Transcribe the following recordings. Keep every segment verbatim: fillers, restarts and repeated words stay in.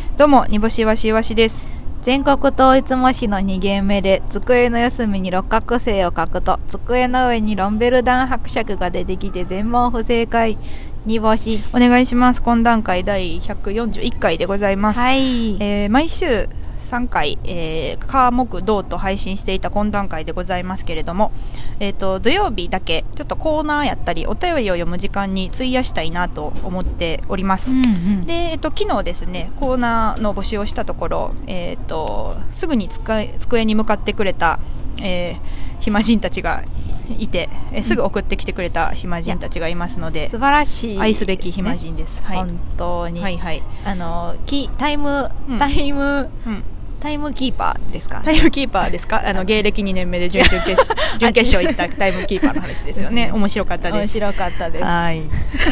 どうも煮干しいわしいわしです。 全国統一模試のに限目で机の四隅に六角星を書くと机の上にロンベルダン伯爵が出てきて全問不正解。煮干しお願いします。懇談会だいひゃくよんじゅういっかいでございます。 はい、 えー、毎週さんかい、えー、火木土と配信していた懇談会でございますけれども、えー、と土曜日だけちょっとコーナーやったりお便りを読む時間に費やしたいなと思っております、 うんうん、で、 えー、と昨日ですねコーナーの募集をしたところ、えー、とすぐに机に向かってくれた、えー、暇人たちがいて、えー、すぐ送ってきてくれた暇人たちがいますので、 素晴らしい、ね、 愛すべき暇人です、はい、 本当に、 はいはい、 あのきタイム、うん、タイム、うんタイムキーパーですか？ タイムキーパーですか？あの芸歴にねんめで準々決準決勝行ったタイムキーパーの話ですよね。面白かったです。 面白かったです。 はい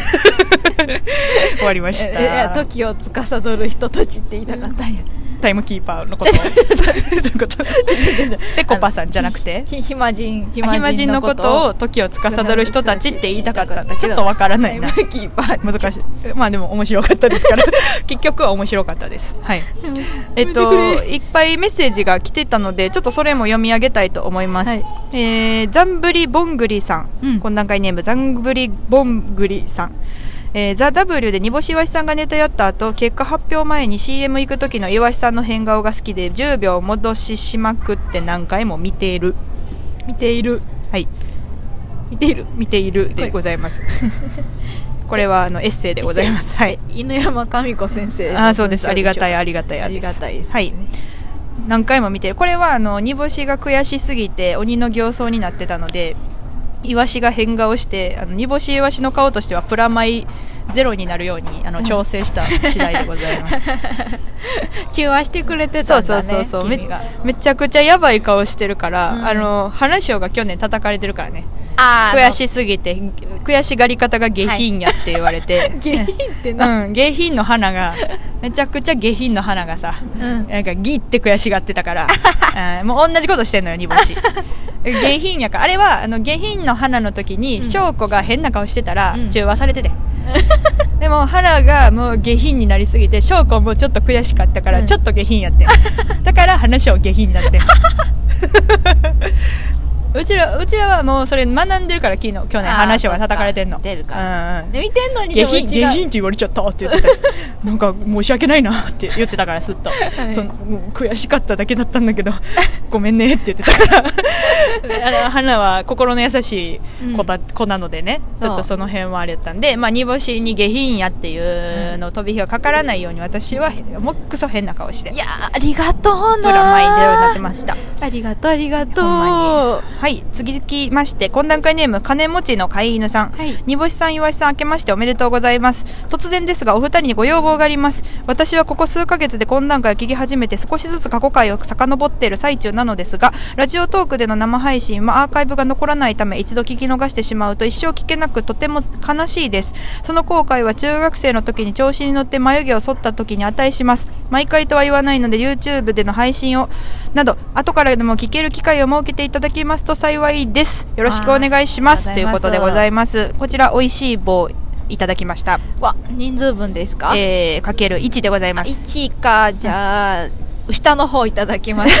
終わりました。 いや時を司る人たちって言いたかったんや。 タイムキーパーのことどういうことペコパさんじゃなくて暇人暇人のことを時を司る人たちって言いたかったんだ。ちょっとわからないな。 タイムキーパー難しい。まあでも面白かったですから結局は面白かったです。はいえっといっぱいメッセージが来てたのでちょっとそれも読み上げたいと思います、はいえー、ザンブリボングリさん、うん、懇談会ネームザンブリボングリさん、えー、ザ・ W で煮干しいわしさんがネタやった後結果発表前に シーエム 行く時のいわしさんの変顔が好きでじゅうびょう戻ししまくって何回も見ている見ているはい見ている見ているでございますこれはあのエッセイでございます、はい、 犬山神子先生あそうですありがたいありがたいありがたいです、ね、 はい何回も見てるこれはあの煮干しが悔しすぎて鬼の形相になってたのでイワシが変顔してあの煮干しイワシの顔としてはプラマイゼロになるようにあの調整した次第でございます中和してくれてたんだね。 そうそうそうそう め, めちゃくちゃやばい顔してるから、うん、あの花椒が去年叩かれてるからねあ悔しすぎて悔しがり方が下品やって言われて、はい、 下品ってな、 うん、下品の花がめちゃくちゃ下品の花がさ、うん、なんかギって悔しがってたから、うん、もう同じことしてんのよ煮干し下品やからあれはあの下品の花の時に翔子が変な顔してたら中和されてて、うん、でも花がもう下品になりすぎて翔子もちょっと悔しかったからちょっと下品やって、うん、だから花椒下品になってうちらうちらはもうそれ学んでるから昨日去年話が叩かれてんの出るから、 うんうん、 で見てんのに下品下品って言われちゃったって言ってたなんか申し訳ないなって言ってたからすっと、はい、そのもう悔しかっただけだったんだけどごめんねって言ってたからあの花は心の優しい子, だ、うん、子なのでねちょっとその辺はあれだったんで、まあ、煮干しに下品やっていうの飛び火がかからないように私はもっくそ変な顔していやありがとうなプラマイゼロになってました。 ありがとうありがとうはい、続きまして懇談会ネーム金持ちの飼い犬さん、はい、煮干しさんいわしさん明けましておめでとうございます。突然ですがお二人にご要望があります。私はここ数ヶ月で懇談会を聞き始めて少しずつ過去回を遡っている最中なのですがラジオトークでの生配信はアーカイブが残らないため一度聞き逃してしまうと一生聞けなくとても悲しいです。その後悔は中学生の時に調子に乗って眉毛を剃った時に値します。毎回とは言わないので YouTube での配信をなど後からでも聞ける機会を設けていただきますと幸いです。よろしくお願いしますということでございます。こちらおいしい棒いただきました。 わ人数分ですか？ えー、かけるいちでございます。 いちかじゃあ下の方いただきます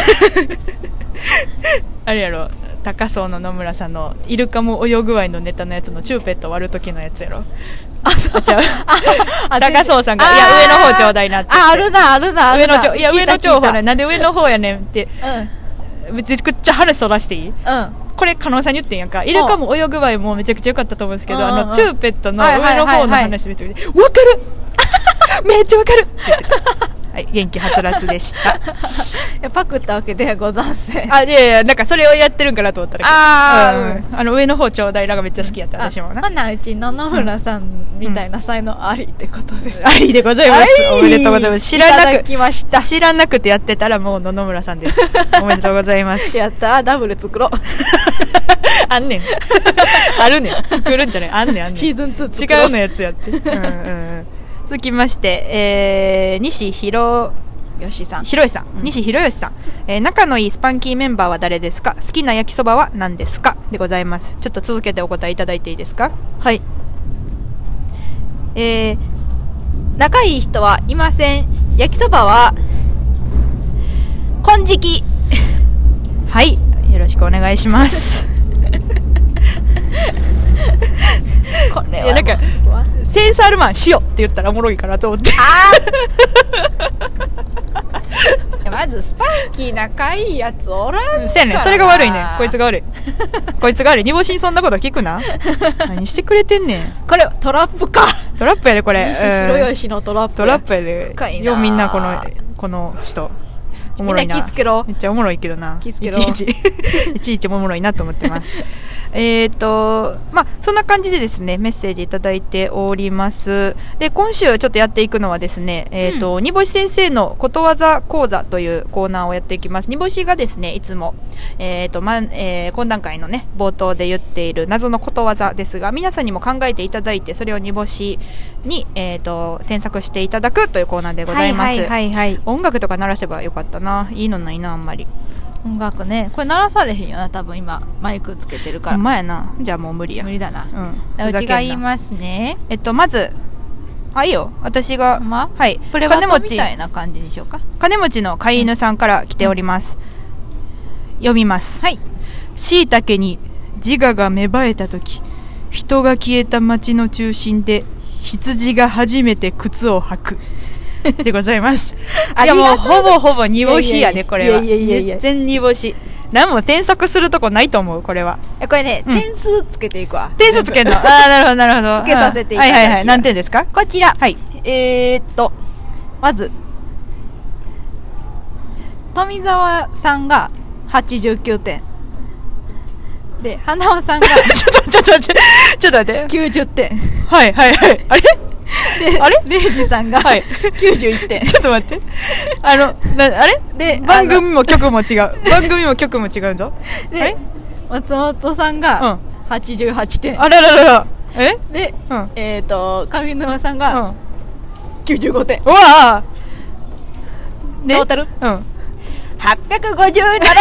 あれやろ高荘の野村さんのイルカも泳ぐわいのネタのやつのチューペット割る時のやつやろ。あそうちゃう高荘さんがいや上の方ちょうだいなってああるなあるなあるな上のいや上の情報ねなんで上の方やねんって、うん、めちゃくちゃ話そらしていい、うん、これ加納さんに言ってんやんかイルカも泳ぐわいもめちゃくちゃ良かったと思うんですけど、うんうんうん、あのチューペットの上の方の話めちゃくちゃ分かるめっちゃ分かるはい、元気はつらつでしたいやパクったわけではござんせん。 あ、いやいやなんかそれをやってるんかなと思ったらあ、うん、あの上の方ちょうだいらがめっちゃ好きやった、うん、私もなほなうちの野村さんみたいな才能ありってことです、 うん、ありでございます。おめでとうございます。知らなくきました知らなくてやってたらもう野々村さんですおめでとうございますやったダブル作ろうあんねんあるねん作るんじゃないあんねんあんねんシーズンツー作ろう違うのやつやってうんうん、うん続きまして、えー、西弘吉さんひろよさん、うん、西弘義さん、えー、仲のいいスパンキーメンバーは誰ですか？好きな焼きそばは何ですか？でございます。ちょっと続けてお答えいただいていいですか？ はい、えー、仲いい人はいません。 焼きそばは金色。 はい、よろしくお願いしますこれは、 いやなんかセンサールマン塩って言ったらおもろいかなと思って。 あーまずスパンキー仲いいやつおらんからな。 せやねん、それが悪いねん。こいつが悪いこいつが悪い。煮干しにそんなこと聞くな何してくれてんねん。 これトラップか。 トラップやでこれ。 西広吉のトラップ。 トラップやで。 深いな。 よみんなこのこの人おもろいな。 みんな気つけろ。 めっちゃおもろいけどな。 気つけろ。 いちいちいちいちおもろいなと思ってますえっとまあそんな感じでですねメッセージいただいております。で今週ちょっとやっていくのはですね、えっと、うん、煮干し先生のことわざ講座というコーナーをやっていきます。煮干しがですねいつもえっとまえー、懇談会のね冒頭で言っている謎のことわざですが、皆さんにも考えていただいてそれを煮干しにえっと添削していただくというコーナーでございます。 はいはいはいはい、 音楽とか鳴らせばよかったな。いいのないなあんまり。 音楽ね、これ鳴らされへんよな多分今マイクつけてるから。 ほんまやな。じゃあもう無理や。 無理だな。 うん。 うちが言いますね。 えっとまずあいいよ私が、 ま、 はいプレバトみたいな感じにしようか。 金持ちの飼い犬さんから来ております、うん、読みます。 はい。 しいたけに自我が芽生えた時、人が消えた町の中心で羊が初めて靴を履くでございますいやもうほぼほぼ煮干しやねこれは。 いやいやいやいや全煮干し。何も添削するとこないと思うこれは。 これね、 うん、 点数つけていくわ。 点数つけるのああなるほどなるほど。 つけさせていただきます。 はいはいはい。何点ですかこちら。 はい。 えー、っとまず富澤さんがはちじゅうきゅうてんで花輪さんがちょっとちょっと待ってちょっと待ってきゅうじゅってん。 はいはいはいあれであれレイジさんがきゅうじゅういってん。 ちょっと待ってあのなあれで番組も曲も違う番組も曲も違うぞ。 であれ松本さんがはちじゅうはってん、うん、 あららららえで、うん、えっ、ー、と上沼さんが、うん、きゅうじゅうごてん。 うわー、 ね、トータル、 うん、はっぴゃくごじゅうななてん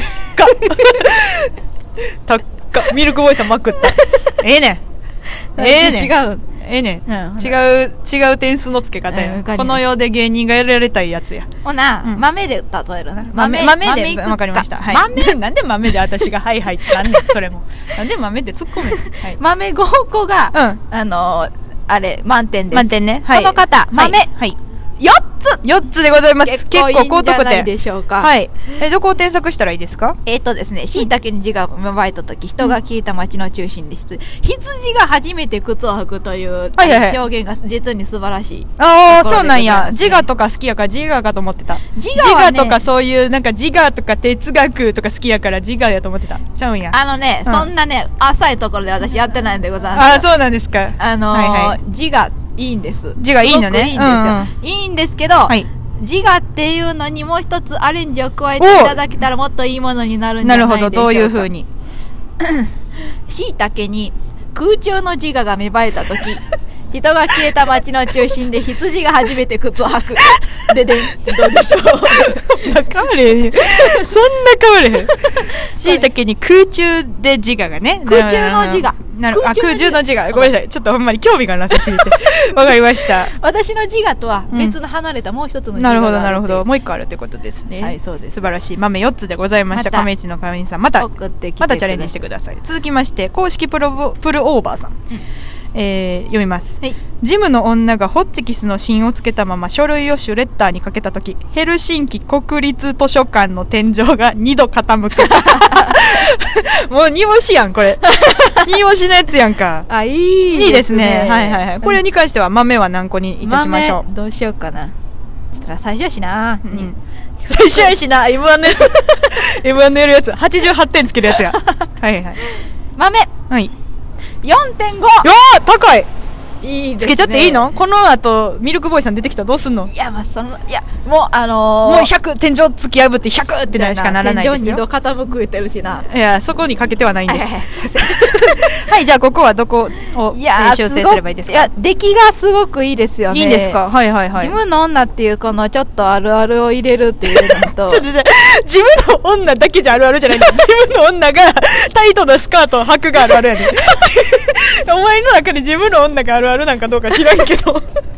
たっかたっかミルクボーイさんまくったええねんええねん違うええねん、 うん、 違う違う点数の付け方や、うん、この世で芸人がやられたいやつや。 ほな、うん、豆で例えるな。 豆豆で分かりました。はい、豆なんで豆で私がはいはいってなんねんそれもなんで豆で突っ込む、はい、 豆ごこが、うん、あのー、あれ満点です。 満点ね、はい、 この方豆、 はいはい、 よっつよっつでございます。 結構いいんじゃないでしょうか。 はい。えどこを添削したらいいですか。 えっとですね、しいたけに字が芽生えた時、人が消えた町の中心で羊、羊が初めて靴を履くという、はいはいはい、表現が実に素晴らしい。 ああ、そうなんや。自我とか好きやから自我かと思ってた。 自我はね、 自我とかそういうなんか自我とか哲学とか好きやから自我やと思ってた。ちゃうんや。 あのね、うん、そんなね浅いところで私やってないんでございます。 ああ、そうなんですか。 あのーはいはい、自我いいんです。 字がいいのね。 いいんですよ、うんうん、いいんですけど、はい、自我っていうのにもう一つアレンジを加えていただけたらもっといいものになるんじゃないでしょうか。 なるほど。どういう風に。 しいたけに空中の自我が芽生えた時人が消えた町の中心で羊が初めて靴を履くででん。どうでしょう。 そんな変われへんそんな変われへん。しいたけに空中で自我がね、 空中の自我なる、あ、空中の自我、ごめんなさい、ちょっとほんまに興味がなさすぎてわかりました。 私の自我とは別の離れたもう一つの自我がある、 うん、なるほどなるほど。もう一個あるってことですね。 はい、そうです。 素晴らしい。豆よっつでございました。亀市の亀市さん、またまたチャレンジしてください。続きまして公式プロプルオーバーさん、うん、えー、読みます、はい、ジムの女がホッチキスの芯をつけたまま書類をシュレッダーにかけたとき、ヘルシンキ国立図書館の天井がにど傾くもう煮干しやんこれ煮干しのやつやんか。 あ、いいですね。 いいですね。はいはいはい。これに関しては豆は何個にいたしましょう。 豆どうしようかな。ちょっと最初やしな、うん、 最初やしな エムワン のやつエムワン のやるやつはちじゅうはってんつけるやつやはいはい。 豆、 はい、 よんてんご。 よー高い。 いいですね。 つけちゃっていいの？この後ミルクボーイさん出てきたらどうすんの？ いや、まあそのいやもうあのー、 もうひゃく天井突き破ってひゃくってなるしかならないですよ。 天井にど傾くってるしな。 いや、そこにかけてはないんですはい、じゃあここはどこを修正すればいいですか？ いや、出来がすごくいいですよね。 いいんですか？はいはいはい。 自分の女っていうこのちょっとあるあるを入れるっていうのとちょっとじゃ自分の女だけじゃあるあるじゃない自分の女がタイトなスカートを履くがあるあるやねお前の中で自分の女があるあるなんかどうか知らんけど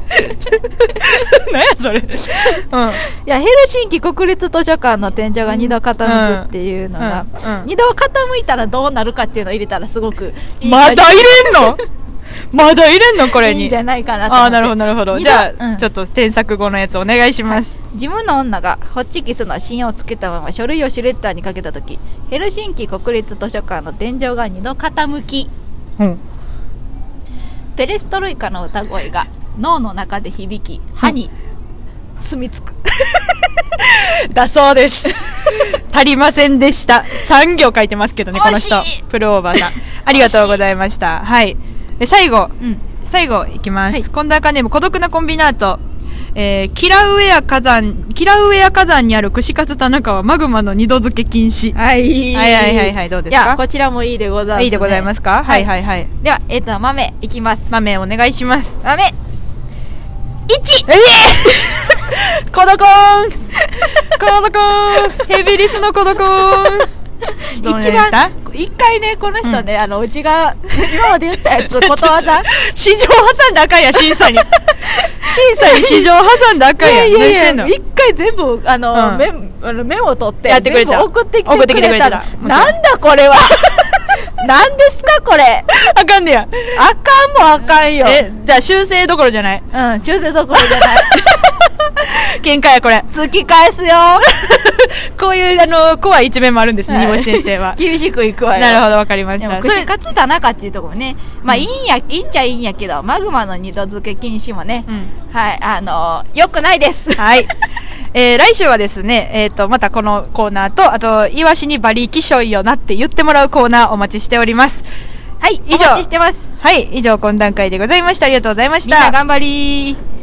何やそれ。うん。いや、ヘルシンキ国立図書館の天井が二度傾くっていうのが、 うんうんうん、 二度傾いたらどうなるかっていうのを入れたらすごくいい。 まだ入れんのまだ入れんのこれに。 いいんじゃないかなと思って。 ああ、なるほどなるほど。じゃあ、うん、ちょっと添削後のやつお願いします。 はい、ジムの女がホッチキスの芯をつけたまま書類をシュレッダーにかけたとき、ヘルシンキ国立図書館の天井が二度傾き、うん、ペレストロイカの歌声が脳の中で響き、歯に住み着くだそうです足りませんでした。さん行書いてますけどね、この人プルオーバーさんありがとうございました。はい、で最後、うん、最後いきます、はい、今度はかネーム孤独なコンビナート、えー、キラウエア火山キラウエア火山にある串カツ田中はマグマの二度漬け禁止。 はい、 はいはいはいはい、どうですか。 いや、こちらもいいでございます、ね、 いいでございますか。はいはいはい。 では、えっ、ー、と豆いきます。 豆お願いします。 豆いち。 ええー、コドコーンコドコーンヘビリスのコドコーン一番一回ね、この人ね、うん、あのうちが今まで言ったやつことわざ市場挟んだらあかんや、審査に審査に市場挟んだらあかんや。 いやいやいや、一回全部あの、うん、メ, あのメモ取ってやってくれた、 全部送ってきてくれた。 送ってきてくれた。 なんだこれはなんですかこれ。 あかんねや。 あかんもあかんよ。 え、じゃあ修正どころじゃない。 うん、修正どころじゃない喧嘩やこれ。 突き返すよこういうあの怖い一面もあるんですね、煮干し先生は。 厳しくいくわよ。 なるほど、わかりました。 串カツ田中っていうところもね、まあいいんや、いいんちゃいいんやけど、マグマの二度漬け禁止もね、うん、はい、あのー、よくないです。 はい。えー、来週はですね、えっ、ー、と、またこのコーナーと、あと、イワシにバリキショイよなって言ってもらうコーナーお待ちしております。 はい、以上。お待ちしてます。 はい、以上、懇談会でございました。ありがとうございました。 みんな頑張りー。